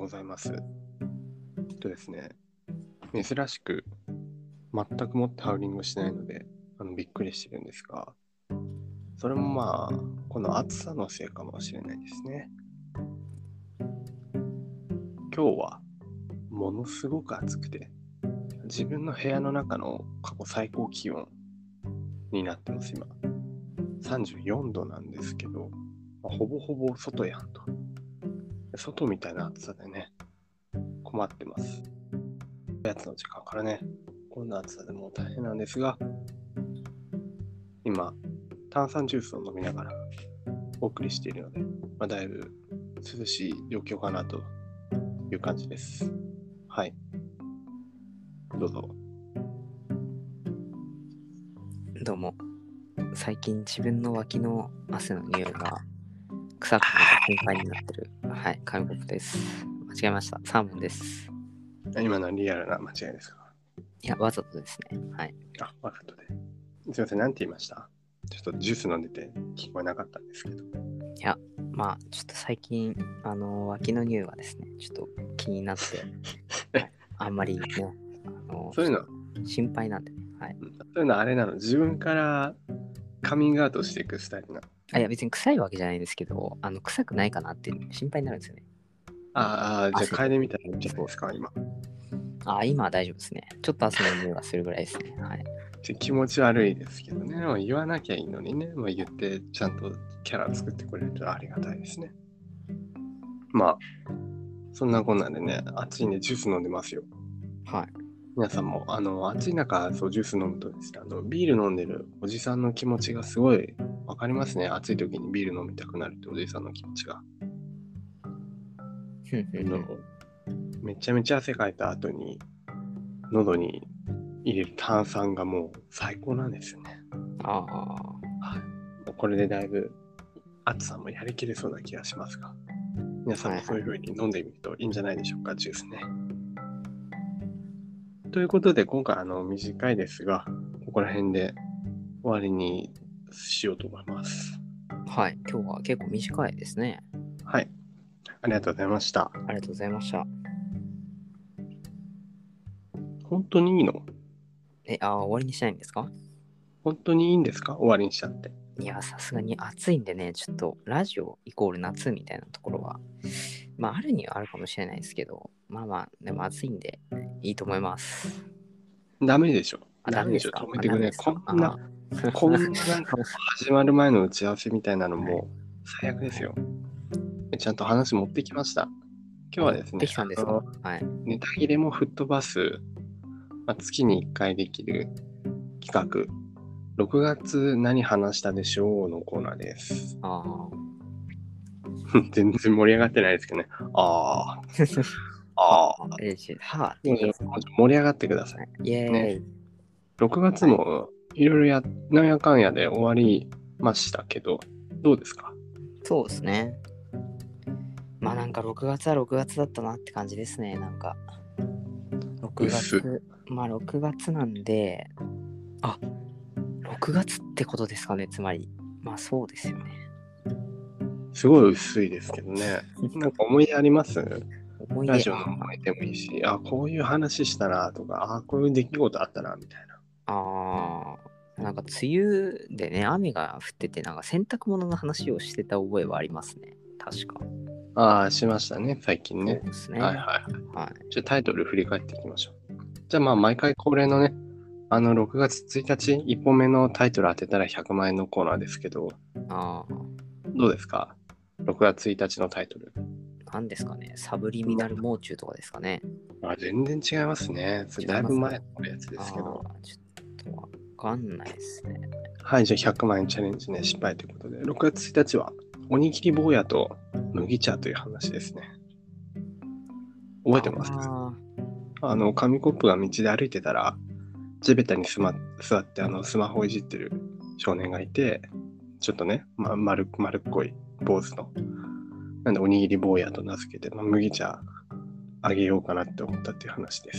ございます。ですね、珍しく全くもってハウリングしないのでびっくりしてるんですが、それもまあこの暑さのせいかもしれないですね。今日はものすごく暑くて、自分の部屋の中の過去最高気温になってます。今34度なんですけど、ほぼほぼ外やんと。外みたいな暑さでね、困ってます。おやつの時間からね、こんな暑さでもう大変なんですが、今炭酸ジュースを飲みながらお送りしているので、だいぶ涼しい状況かなという感じです。はい、どうぞ。 どうも。最近自分の脇の汗の匂いが臭くて心配になってる。はい、紙コップです。間違えました。サーモンです。 今のはリアルな間違いですか？ いや、わざとですね。はい。 わざとで。すいません、なんて言いました？ちょっとジュース飲んでて聞こえなかったんですけど。 いや、ちょっと最近、脇の匂いがですね、ちょっと気になって、はい、あんまりね、 そういうの、 心配なんでね。はい。 そういうのあれなの、自分からカミングアウトしていくスタイルなの？ いや、別に臭いわけじゃないんですけど、臭くないかなって心配になるんですよね。 じゃあ楓みたいなんじゃないですか、今。 今は大丈夫ですね。ちょっと汗の匂いがするぐらいですね。はい。 気持ち悪いですけどね、言わなきゃいいのにね、言ってちゃんとキャラ作ってくれるとありがたいですね。そんなこんなでね、暑いんでジュース飲んでますよ。 はい。 皆さんも暑い中ジュース飲むとですね、ビール飲んでるおじさんの気持ちがすごいわかりますね。暑い時にビール飲みたくなるっておじさんの気持ちが。めちゃめちゃ汗かいた後に喉に入れる炭酸がもう最高なんですよね。これでだいぶ暑さもやりきれそうな気がしますが、皆さんもそういう風に飲んでみるといいんじゃないでしょうか、ジュースね。ということで今回短いですが、ここら辺で終わりにしようと思います。 はい、今日は結構短いですね。 はい、ありがとうございました。 ありがとうございました。 本当にいいの？ 終わりにしないんですか？ 本当にいいんですか？終わりにしちゃって。 いや、さすがに暑いんでね、ちょっとラジオイコール夏みたいなところは、あるにはあるかもしれないですけど、でも暑いんでいいと思います。 ダメでしょ。 ダメですか？ 止めてくれ。こんななんか始まる前の打ち合わせみたいなのも最悪ですよ。ちゃんと話持ってきました。今日はですね、 できたんですか？はい。 ネタ切れも吹っ飛ばす、月に1回できる企画、6月何話したでしょうのコーナーです。全然盛り上がってないですけどね。盛り上がってください。 イエーイ。 6月もいろいろなんやかんやで終わりましたけど、どうですか？ そうですね。なんか6月は6月だったなって感じですね。なんか6月、6月なんで、6月ってことですかね、つまり。そうですよね。 すごい薄いですけどね。なんか思い出あります？ラジオの思い出もいいし、こういう話したなとか、こういう出来事あったなみたいな。 なんか梅雨でね、雨が降ってて、なんか洗濯物の話をしてた覚えはありますね。確か。しましたね、最近ね。 そうですね。 はい。じゃあタイトル振り返っていきましょう。じゃあ毎回恒例のね、6月1日、1本目のタイトル当てたら100万円のコーナーですけど、どうですか？ 6 月1日のタイトル。 何ですかね？サブリミナルもう中とかですかね？ 全然違いますね。それだいぶ前のやつですけど。 ちょっとわかんないですね。 はい、じゃあ100万円チャレンジね、失敗ということで、6月1日は、おにぎり坊やと麦茶という話ですね。覚えてます？紙コップが道で歩いてたら、地べたに座ってスマホをいじってる少年がいて、ちょっとね、丸っこい坊主の。なんでおにぎり坊やと名付けて、麦茶あげようかなって思ったっていう話です。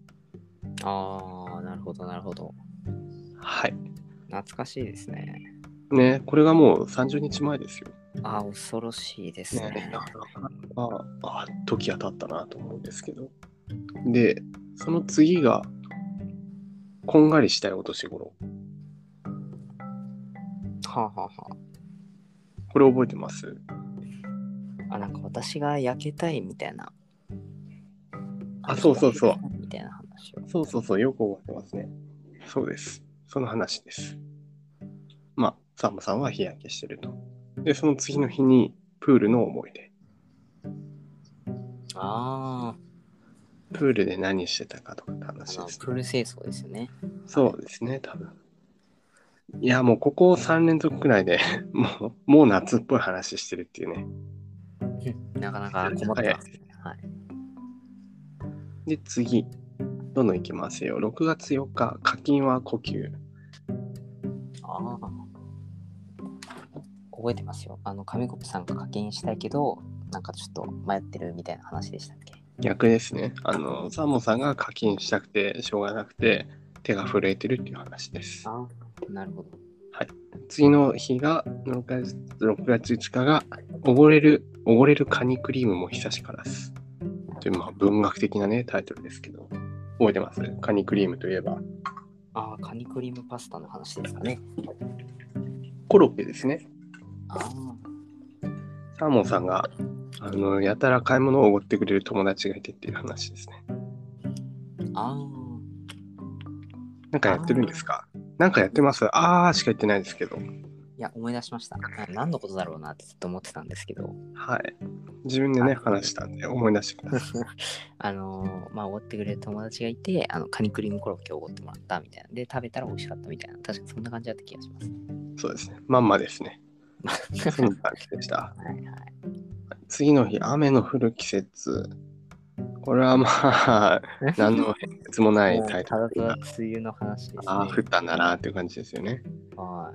なるほど、なるほど。 はい。 懐かしいですね。 ね、これがもう30日前ですよ。 恐ろしいですね。 時が経ったなと思うんですけど。で、その次が、こんがりしたいお年頃。 はあはあはこれ覚えてます？ あ。なんか私が焼けたいみたいな。 そうそうそう。 みたいな話を。 そうそうそう、よく覚えてますね。そうです。その話です。サンボさんは日焼けしてると。で、その次の日に、プールの思い出。 あプールで何してたかとかって話です、 プール清掃ですよね。 そうですね、多分。いや、もうここ3連続くらいでもう夏っぽい話してるっていうね。 なかなか困ってますね。はい。 で、次。どんどんいきますよ。6月4日、課金は呼吸。 ああ。覚えてますよ。紙コップさんが課金したいけど、なんかちょっと迷ってるみたいな話でしたっけ？ 逆ですね。サーモンさんが課金したくて、しょうがなくて、手が震えてるっていう話です。 ああ、なるほど。 はい。次の日が、6月5日が、おごれるカニクリームも久しからず。という、文学的なね、タイトルですけど、覚えてます？カニクリームといえば。 カニクリームパスタの話ですかね。 コロッケですね。 あサーモンさんが、やたら買い物をおごってくれる友達がいてっていう話ですね。なんかやってるんですか？なんかやってます？しか言ってないですけど。 いや、思い出しました。何のことだろうなってずっと思ってたんですけど。 はい。自分でね、話したんで思い出してください。 おごってくれる友達がいて、カニクリームコロッケをおごってもらったみたいな。で、食べたら美味しかったみたいな。確かそんな感じだった気がします。 そうですね。まんまですね。そんな感じでした。 はいはい。 次の日、雨の降る季節。これは何の変哲もないタイトルが。 ただ梅雨の話ですね。 降ったんだなっていう感じですよね。 はい。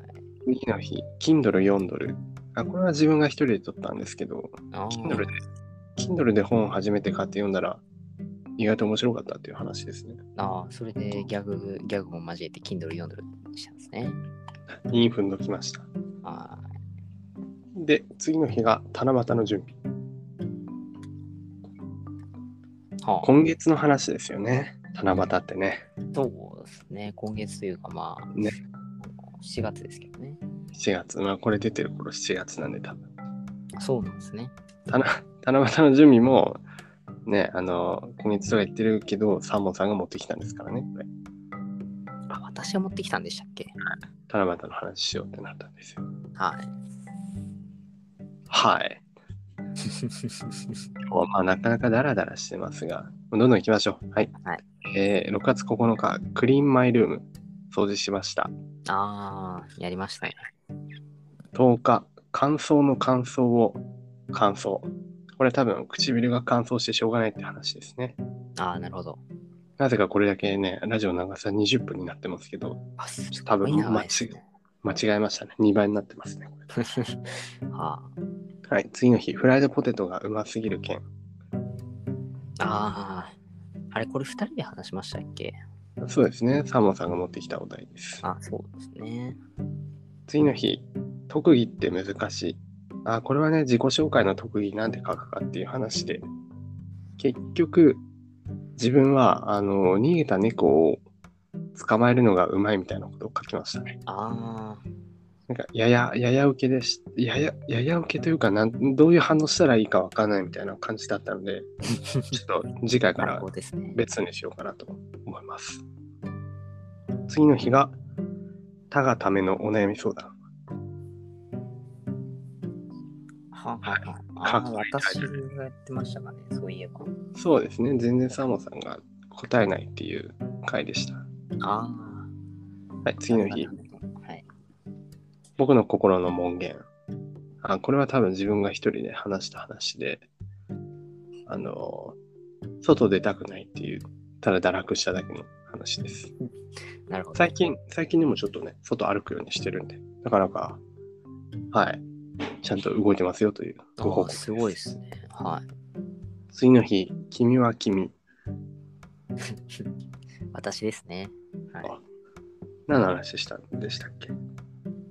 次の日、Kindle 読んどる。これは自分が一人で撮ったんですけど、Kindle で本を初めて買って読んだら、意外と面白かったっていう話ですね。 それでギャグも交えて Kindle 読んでるしたんですね。 いいふんどきました。 はで、次の日が七夕の準備。今月の話ですよね。七夕ってね。 そうですね。今月というかね、 7月ですけどね。 7月。これ出てる頃7月なんで多分。 そうなんですね。 七夕の準備も、ね、今月とか言ってるけど、サーモンさんが持ってきたんですからね、これ。 私が持ってきたんでしたっけ？ 七夕の話しようってなったんですよ。 はい。 はい。なかなかダラダラしてますが、どんどん行きましょう。はい。 はい、 6月9日、クリーンマイルーム、掃除しました。 やりましたね。 10日、乾燥の乾燥を乾燥。これ多分唇が乾燥してしょうがないって話ですね。 なるほど。なぜかこれだけね、ラジオ長さ20分になってますけど、多分間違えましたね。2倍になってますね。はい、次の日、フライドポテトがうますぎる件。 あれこれ2人で話しましたっけ？ そうですね。サーモンさんが持ってきたお題です。 そうですね。 次の日、特技って難しい。これはね、自己紹介の特技なんて書くかっていう話で、結局、自分は、逃げた猫を捕まえるのがうまいみたいなことを書きましたね。なんか、やや受けでし、やや受けというかどういう反応したらいいかわからないみたいな感じだったので、ちょっと次回から別にしようかなと思います。次の日が、他がためのお悩み相談。 私がやってましたかね、そういえば。 そうですね、全然サーモンさんが答えないっていう回でした。はい、次の日。僕の心の門限。これは多分自分が一人で話した話で、外出たくないっていう、ただ堕落しただけの話です。 なるほど。 最近でもちょっとね、外歩くようにしてるんで、なかなか、はい、ちゃんと動いてますよというご報告です。 すごいですね。はい。 次の日、君は君。 私ですね。はい。 何の話したんでしたっけ？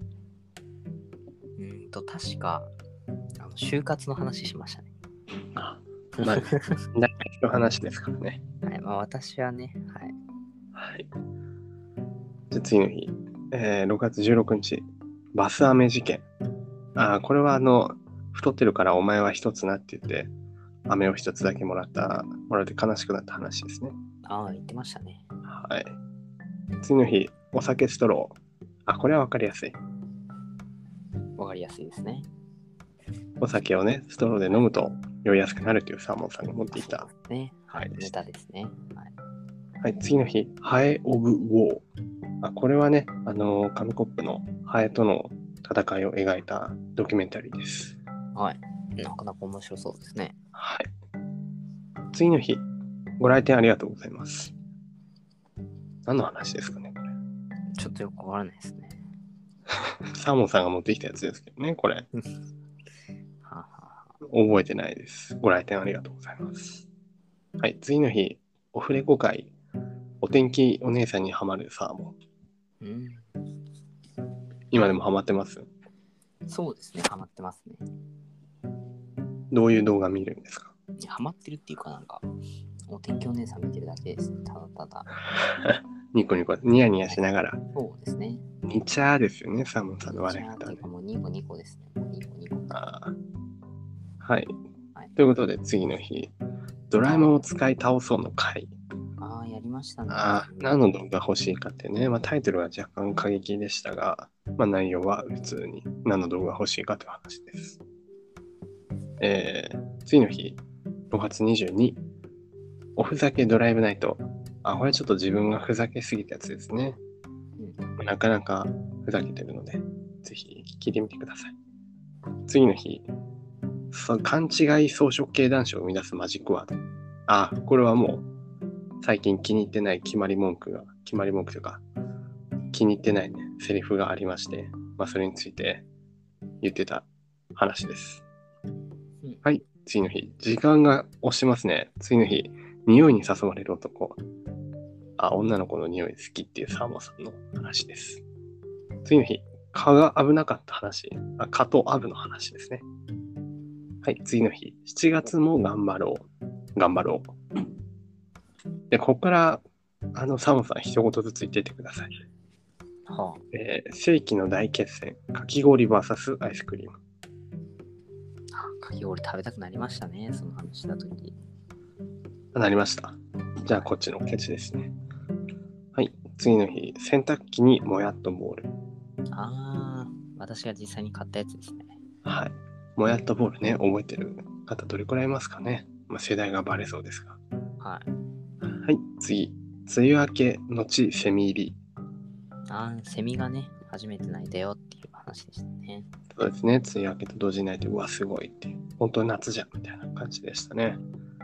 確か、就活の話しましたね。 まあ、大体の話ですからね。 はい、まあ私はね、はい。 はい。じゃあ次の日、6月16日、バス飴事件。これは太ってるからお前は一つなって言って、飴を一つだけもらって悲しくなった話ですね。 ああ、言ってましたね。 はい。次の日、お酒ストロー。これはわかりやすい。 わかりやすいですね。 お酒をね、ストローで飲むと酔いやすくなるというサーモンさんが持っていた。 ね。はい。ネタですね。はい。 はい、次の日、ハエ・オブ・ウォー。これはね、紙コップのハエとの戦いを描いたドキュメンタリーです。 はい。なかなか面白そうですね。 はい。次の日、ご来店ありがとうございます。何の話ですかね、これ。 ちょっとよくわからないですね。 サーモンさんが持ってきたやつですけどね、これ。 はあはあ、 覚えてないです。ご来店ありがとうございます。はい、次の日、オフレコ会、お天気お姉さんにハマるサーモン。今でもハマってます？ そうですね、ハマってますね。 どういう動画見るんですか？ ハマってるっていうかなんか、お天気お姉さん見てるだけですね、ただただ。 ニコニコ、ニヤニヤしながら。 そうですね。 ニチャーですよね、サーモンさんの笑い方ね。 もうニコニコですね。もうニコニコ。 はい。ということで、次の日、ドラえもんを使い倒そうの回。 やりましたね。 何の動画欲しいかってね、タイトルは若干過激でしたが、内容は普通に何の動画欲しいかという話です。次の日、6月22、おふざけドライブナイト。これちょっと自分がふざけすぎたやつですね。なかなかふざけてるので、ぜひ聞いてみてください。次の日、勘違い装飾系男子を生み出すマジックワード。これはもう最近気に入ってない決まり文句というか、気に入ってないね、セリフがありまして、それについて言ってた話です。はい、次の日、時間が押しますね。次の日、匂いに誘われる男。女の子の匂い好きっていうサーモンさんの話です。次の日、蚊が危なかった話。蚊とアブの話ですね。はい、次の日、7月も頑張ろう。で、ここから、サーモンさん一言ずつ言ってってください。世紀の大決戦、かき氷 VS アイスクリーム。 かき氷食べたくなりましたね、その話したとき。 なりました。じゃあ、こっちのケチですね。はい、次の日、洗濯機にもやっとボール。 私が実際に買ったやつですね。 はい。もやっとボールね、覚えてる方どれくらいいますかね。世代がバレそうですが。 はい、 次。梅雨明け後セミ入り。 セミがね、初めて鳴いたよっていう話でしたね。 そうですね。梅雨明けと同時に鳴いて、うわ、すごいって。本当に夏じゃんみたいな感じでしたね。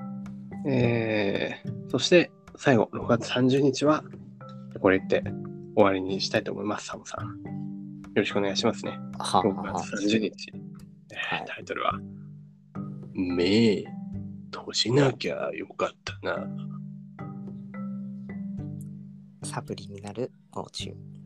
そして、最後、6月30日は、これ言って終わりにしたいと思います、サムさん。よろしくお願いしますね。6月30日。タイトルは、目閉じなきゃよかったな。 サブリミナルもう中。